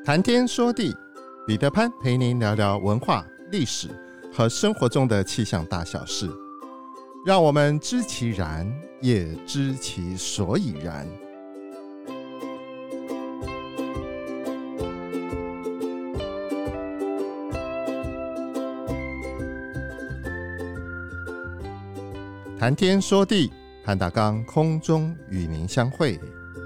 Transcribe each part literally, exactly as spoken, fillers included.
谈天说地，彼得潘陪您聊聊文化、历史和生活中的气象大小事，让我们知其然，也知其所以然。谈天说地，潘大刚空中与您相会。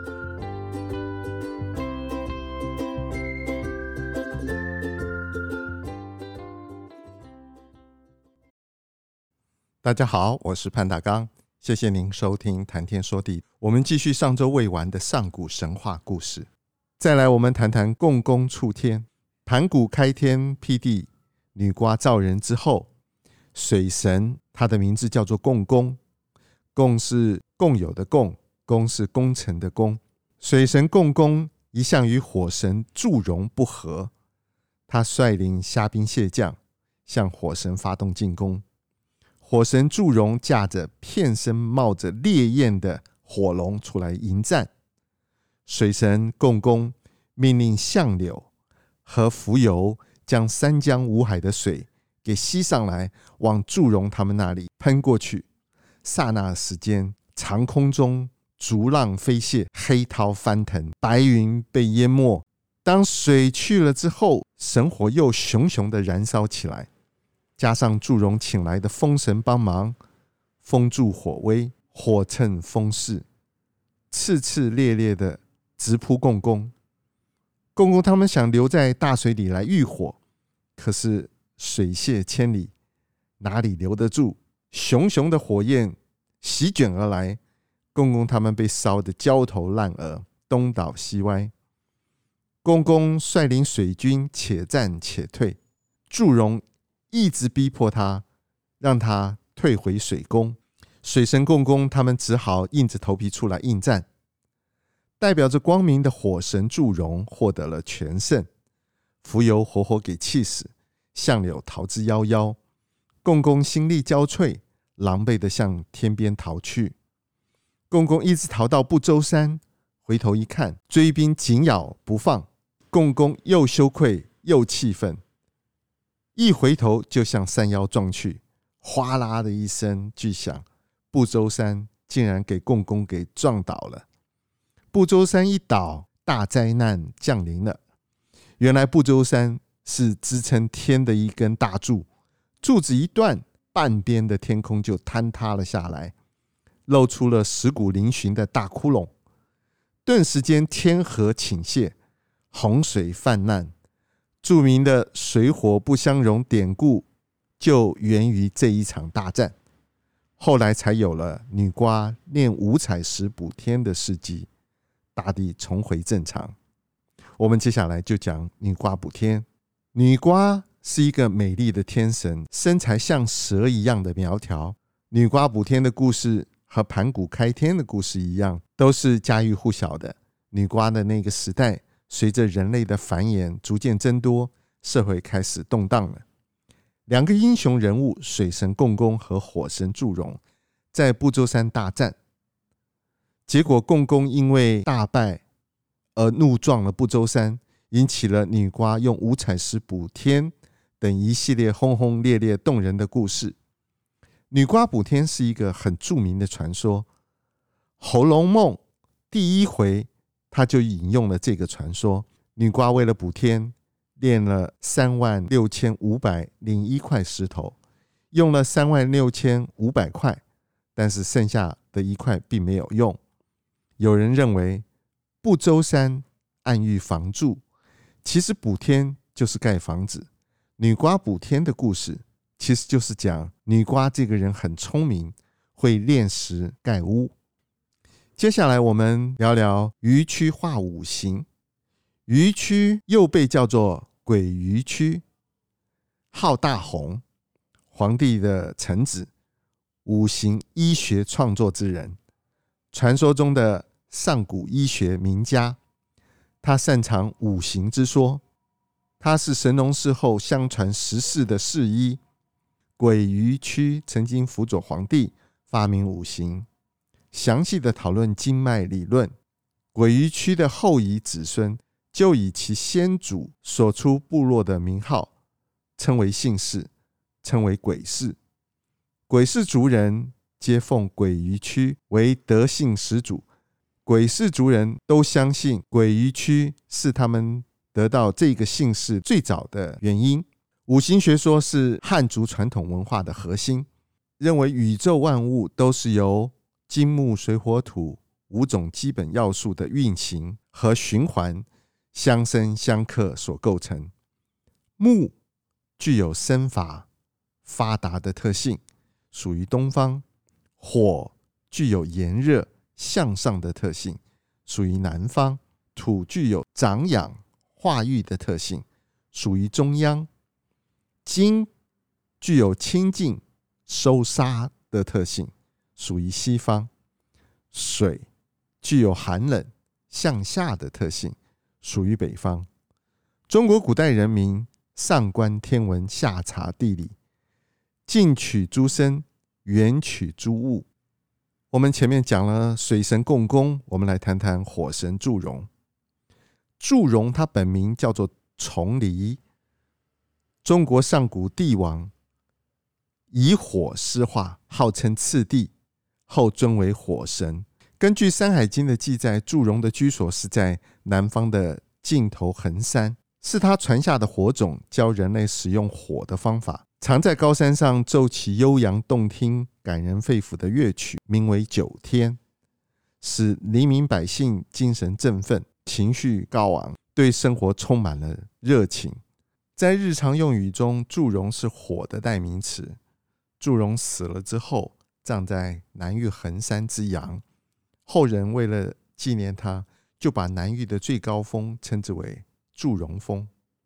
大家好，我是潘大刚，谢谢您收听谈天说地。我们继续上周未完的上古神话故事，再来我们谈谈共工触天。盘古开天辟地，女娲造人之后，水神他的名字叫做共工，共是共有的共，工是工程的工。水神共工一向与火神祝融不和，他率领虾兵蟹将向火神发动进攻。火神祝融驾着片身冒着烈焰的火龙出来迎战，水神共工命令相柳和蜉蝣将三江五海的水给吸上来，往祝融他们那里喷过去。刹那时间，长空中逐浪飞泻，黑涛翻腾，白云被淹没。当水去了之后，神火又熊熊地燃烧起来，加上祝融请来的风神帮忙，风助火威，火乘风势，刺刺烈烈的直扑共工。共工他们想留在大水里来浴火，可是水泄千里，哪里留得住？熊熊的火焰席卷而来，共工他们被烧得焦头烂额，东倒西歪。共工率领水军且战且退，祝融一直逼迫他，让他退回水宫。水神共工他们只好硬着头皮出来应战。代表着光明的火神祝融获得了全胜，蜉蝣活活给气死，相柳逃之夭夭。共工心力交瘁，狼狈地向天边逃去。共工一直逃到不周山，回头一看，追兵紧咬不放。共工又羞愧又气愤，一回头就向山腰撞去，哗啦的一声巨响，不周山竟然给共工给撞倒了。不周山一倒，大灾难降临了。原来不周山是支撑天的一根大柱，柱子一断，半边的天空就坍塌了下来，露出了石骨嶙峋的大窟窿。顿时间天河倾泻，洪水泛滥。著名的水火不相容典故就源于这一场大战，后来才有了女娲炼五彩石补天的事迹，大地重回正常。我们接下来就讲女娲补天。女娲是一个美丽的天神，身材像蛇一样的苗条。女娲补天的故事和盘古开天的故事一样，都是家喻户晓的。女娲的那个时代，随着人类的繁衍逐渐增多，社会开始动荡了。两个英雄人物，水神共工和火神祝融，在不周山大战，结果共工因为大败而怒撞了不周山，引起了女娲用五彩石补天等一系列轰轰烈烈动人的故事。女娲补天是一个很著名的传说，《红楼梦》第一回他就引用了这个传说。女娲为了补天，炼了三万六千五百零一块石头，用了三万六千五百块，但是剩下的一块并没有用。有人认为不周山暗喻房住，其实补天就是盖房子。女娲补天的故事其实就是讲女娲这个人很聪明，会炼石盖屋。接下来我们聊聊鱼区化五行。鱼区又被叫做鬼鱼区，号大洪，皇帝的臣子，五行医学创作之人，传说中的上古医学名家。他擅长五行之说，他是神农氏后相传十世的世医。鬼鱼区曾经辅佐皇帝发明五行，详细的讨论经脉理论。鬼鱼区的后裔子孙就以其先祖所出部落的名号称为姓氏，称为鬼氏。鬼氏族人皆奉鬼鱼区为德姓始祖，鬼氏族人都相信鬼鱼区是他们得到这个姓氏最早的原因。五行学说是汉族传统文化的核心，认为宇宙万物都是由金木水火土五种基本要素的运行和循环相生相克所构成。木具有生发发达的特性，属于东方；火具有炎热向上的特性，属于南方；土具有长养化育的特性，属于中央；金具有清净收杀的特性，属于西方；水具有寒冷向下的特性，属于北方。中国古代人民上观天文，下察地理，近取诸生，远取诸物。我们前面讲了水神共工，我们来谈谈火神祝融。祝融他本名叫做崇黎，中国上古帝王，以火施化，号称次帝，后尊为火神。根据《山海经》的记载，祝融的居所是在南方的尽头衡山，是他传下的火种，教人类使用火的方法。常在高山上奏起悠扬动听、感人肺腑的乐曲，名为九天，使黎民百姓精神振奋，情绪高昂，对生活充满了热情。在日常用语中，祝融是火的代名词。祝融死了之后，葬在南域衡山之阳，后人为了纪念他，就把南域的最高峰称之为祝融峰。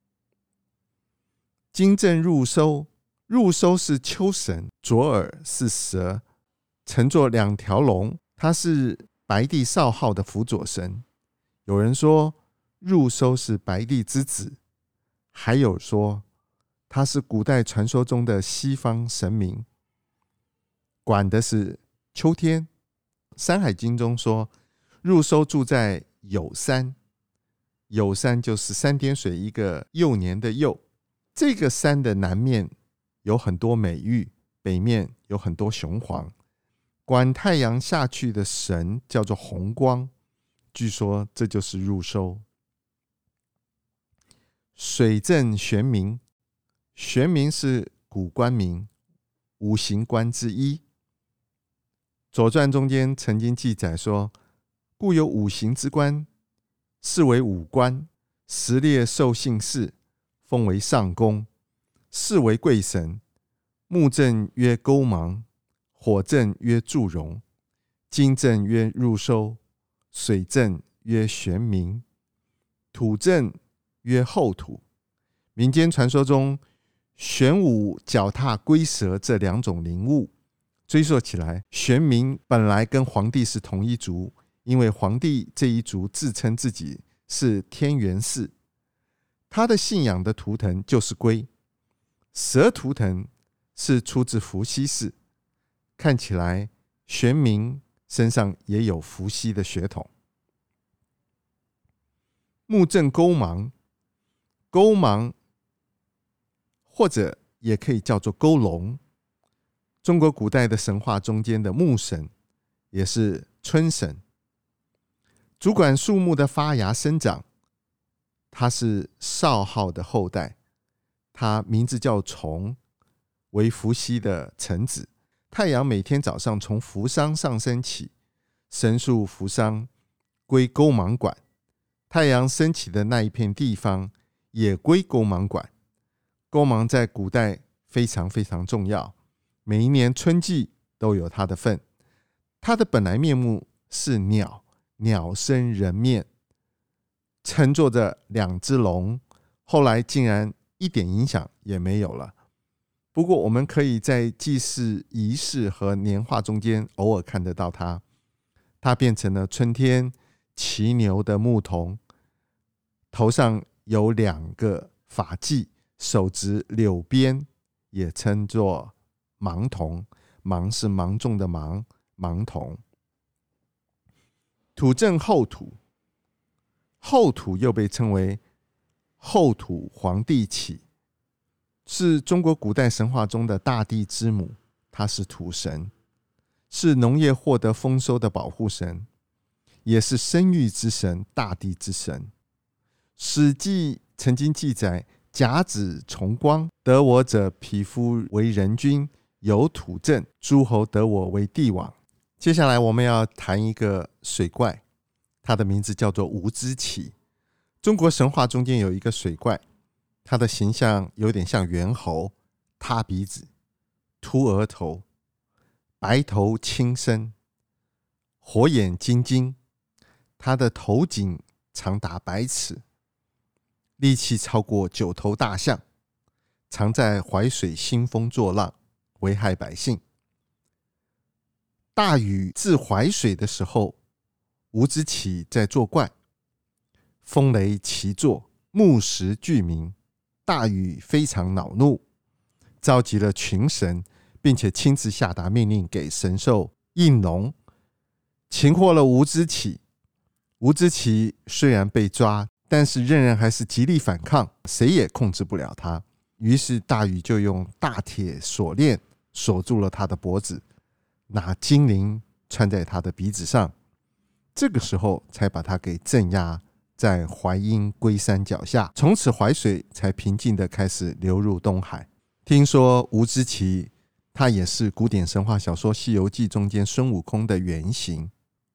金正入收，入收是秋神，左耳是蛇，乘坐两条龙，他是白帝少昊的辅佐神。有人说入收是白帝之子，还有说他是古代传说中的西方神明，管的是秋天。山海经中说入收住在有山，有山就是三点水一个幼年的幼，这个山的南面有很多美玉，北面有很多雄黄。管太阳下去的神叫做红光，据说这就是入收。水镇玄冥，玄冥是古官名，五行官之一。左传中间曾经记载说，故有五行之官，是为五官，时列受姓氏，封为上公，是为贵神。木镇曰勾芒，火镇曰祝融，金镇曰入收，水镇曰玄冥，土镇曰后土。民间传说中，玄武脚踏龟蛇这两种灵物，追溯起来，玄冥本来跟黄帝是同一族，因为黄帝这一族自称自己是天元氏，他的信仰的图腾就是龟。蛇图腾是出自伏羲氏，看起来玄冥身上也有伏羲的血统。木镇勾芒，勾芒或者也可以叫做勾龙，中国古代的神话中间的木神，也是春神，主管树木的发芽生长。他是少昊的后代，他名字叫崇，为伏羲的臣子。太阳每天早上从扶桑上升起，神树扶桑归勾芒管，太阳升起的那一片地方也归勾芒管。勾芒在古代非常非常重要，每一年春季都有它的份。它的本来面目是鸟，鸟身人面，乘坐着两只龙，后来竟然一点影响也没有了。不过我们可以在祭祀仪式和年画中间偶尔看得到它。它变成了春天骑牛的牧童，头上有两个发髻，手执柳鞭，也称作芒童。芒是芒种的芒，芒童。土镇后土， 后土又被称为后土皇帝启，是中国古代神话中的大地之母，她是土神，是农业获得丰收的保护神，也是生育之神、大地之神。史记曾经记载，甲子重光，得我者匹夫为人君，有土政，诸侯得我为帝王。接下来我们要谈一个水怪，它的名字叫做吴之奇。中国神话中间有一个水怪，它的形象有点像猿猴，塌鼻子、秃额头、白头青身、火眼金睛，它的头颈长达百尺，力气超过九头大象，常在淮水兴风作浪，危害百姓。大禹治淮水的时候，吴之奇在作怪，风雷齐作，木石俱鸣。大禹非常恼怒，召集了群神，并且亲自下达命令给神兽应龙，擒获了吴之奇。吴之奇虽然被抓，但是仍然还是极力反抗，谁也控制不了他。于是大禹就用大铁锁链锁住了他的脖子，拿金铃穿在他的鼻子上，这个时候才把他给镇压在淮阴龟山脚下。从此淮水才平静地开始流入东海。听说吴之奇他也是古典神话小说《西游记》中间孙悟空的原型。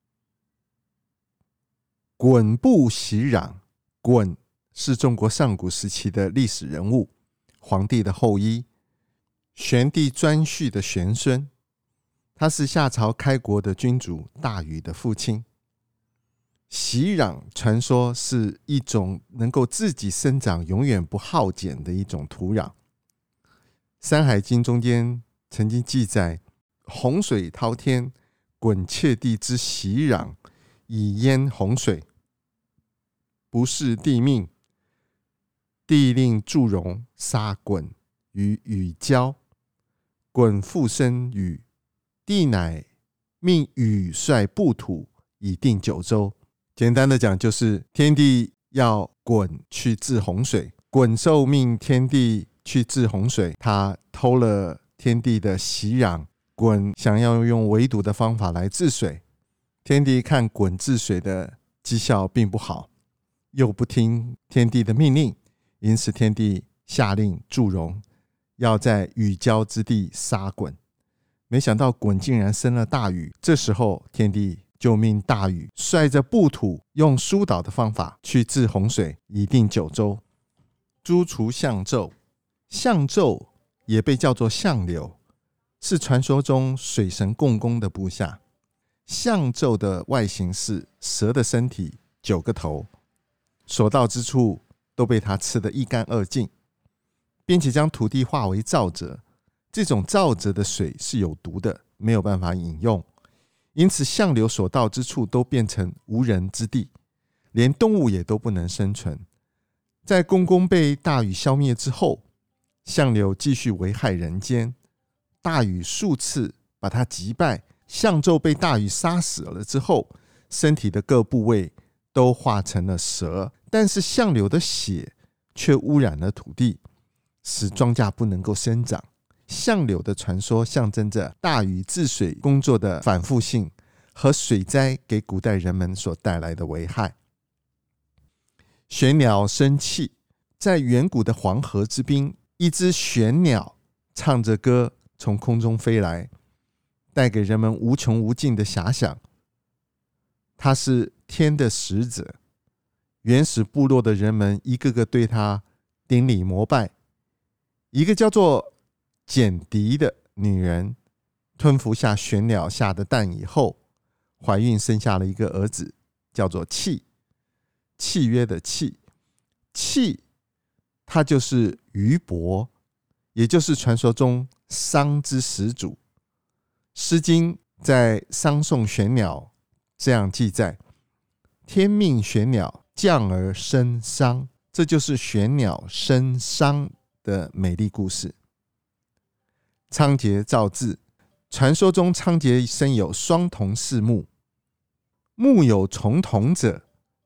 鲧部袭壤，鲧是中国上古时期的历史人物，皇帝的后裔，玄帝颛顼的玄孙，他是夏朝开国的君主大禹的父亲。袭壤传说是一种能够自己生长、永远不耗减的一种土壤。山海经中间曾经记载，洪水滔天，鲧窃地之袭壤，以淹洪水，不视帝命，帝令祝融杀鲧于禹郊，鲧复生禹，帝乃命禹率部土以定九州。简单的讲，就是天帝要鲧去治洪水，鲧受命天帝去治洪水，他偷了天帝的袭壤，鲧想要用围堵的方法来治水，天帝看鲧治水的绩效并不好，又不听天帝的命令，因此天帝下令祝融要在禹郊之地杀鲧。没想到鲧竟然生了大禹，这时候天帝就命大禹率着部土用疏导的方法去治洪水，以定九州。诛除象纣，象纣也被叫做象柳，是传说中水神共工的部下。象纣的外形是蛇的身体，九个头，所到之处都被他吃得一干二净，并且将土地化为沼泽。这种沼泽的水是有毒的，没有办法饮用，因此象柳所到之处都变成无人之地，连动物也都不能生存。在公公被大禹消灭之后，象柳继续危害人间，大禹数次把他击败。象纣被大禹杀死了之后，身体的各部位都化成了蛇，但是象柳的血却污染了土地，使庄稼不能够生长。象柳的传说象征着大禹治水工作的反复性和水灾给古代人们所带来的危害。玄鸟生气，在远古的黄河之滨，一只玄鸟唱着歌从空中飞来，带给人们无穷无尽的遐想。它是天的使者，原始部落的人们一个个对它顶礼膜拜。一个叫做简狄的女人吞服下玄鸟下的蛋以后，怀孕生下了一个儿子，叫做契，契约的契。契他就是俞伯，也就是传说中商之始祖。诗经在商颂玄鸟这样记载：天命玄鸟降而生商，这就是玄鸟生商的美丽故事。仓颉造字，传说中仓颉生有双瞳四目，目有重瞳者，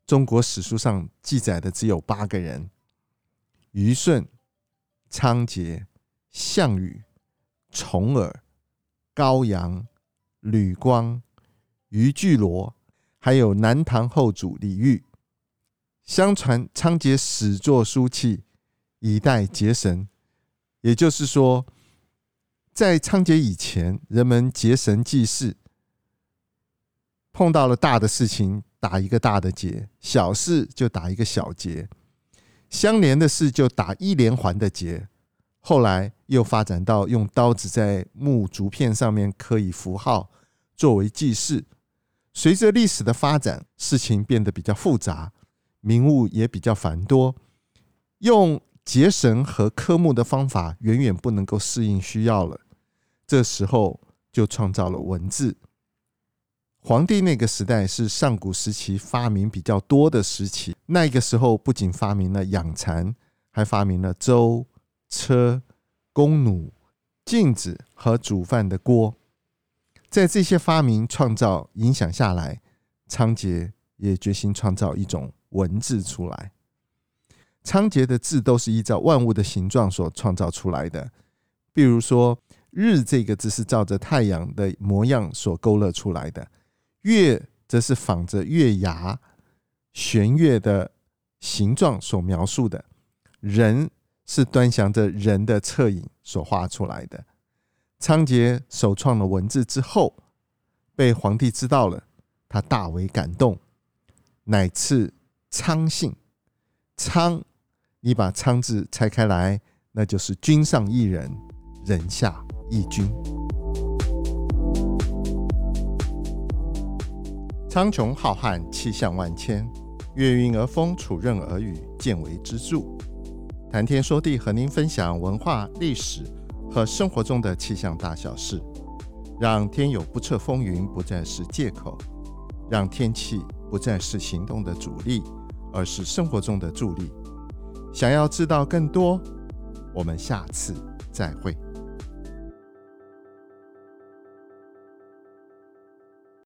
中国史书上记载的只有八个人：虞舜、仓颉、项羽、重耳、高阳、吕光、于巨罗，还有南唐后主李煜。相传仓颉始作书契，以待结神，也就是说，在仓颉以前，人们结神记事，碰到了大的事情打一个大的结，小事就打一个小结，相连的事就打一连环的结。后来又发展到用刀子在木竹片上面刻以符号作为记事。随着历史的发展，事情变得比较复杂，名物也比较繁多，用结绳和刻木的方法远远不能够适应需要了。这时候就创造了文字。黄帝那个时代是上古时期发明比较多的时期，那个时候不仅发明了养蚕，还发明了舟、车、弓弩、镜子和煮饭的锅。在这些发明创造影响下来，仓颉也决心创造一种文字出来。仓颉的字都是依照万物的形状所创造出来的，比如说日这个字是照着太阳的模样所勾勒出来的，月则是仿着月牙弦月的形状所描述的，人是端详着人的侧影所画出来的。仓颉首创了文字之后，被皇帝知道了，他大为感动，乃赐仓姓。仓，你把仓字拆开来，那就是君上一人，人下一君。苍穹浩瀚，气象万千，月晕而风，楚任而雨，见为之助。谈天说地，和您分享文化、历史和生活中的气象大小事，让天有不测风云不再是借口，让天气不再是行动的阻力，而是生活中的助力。想要知道更多，我们下次再会。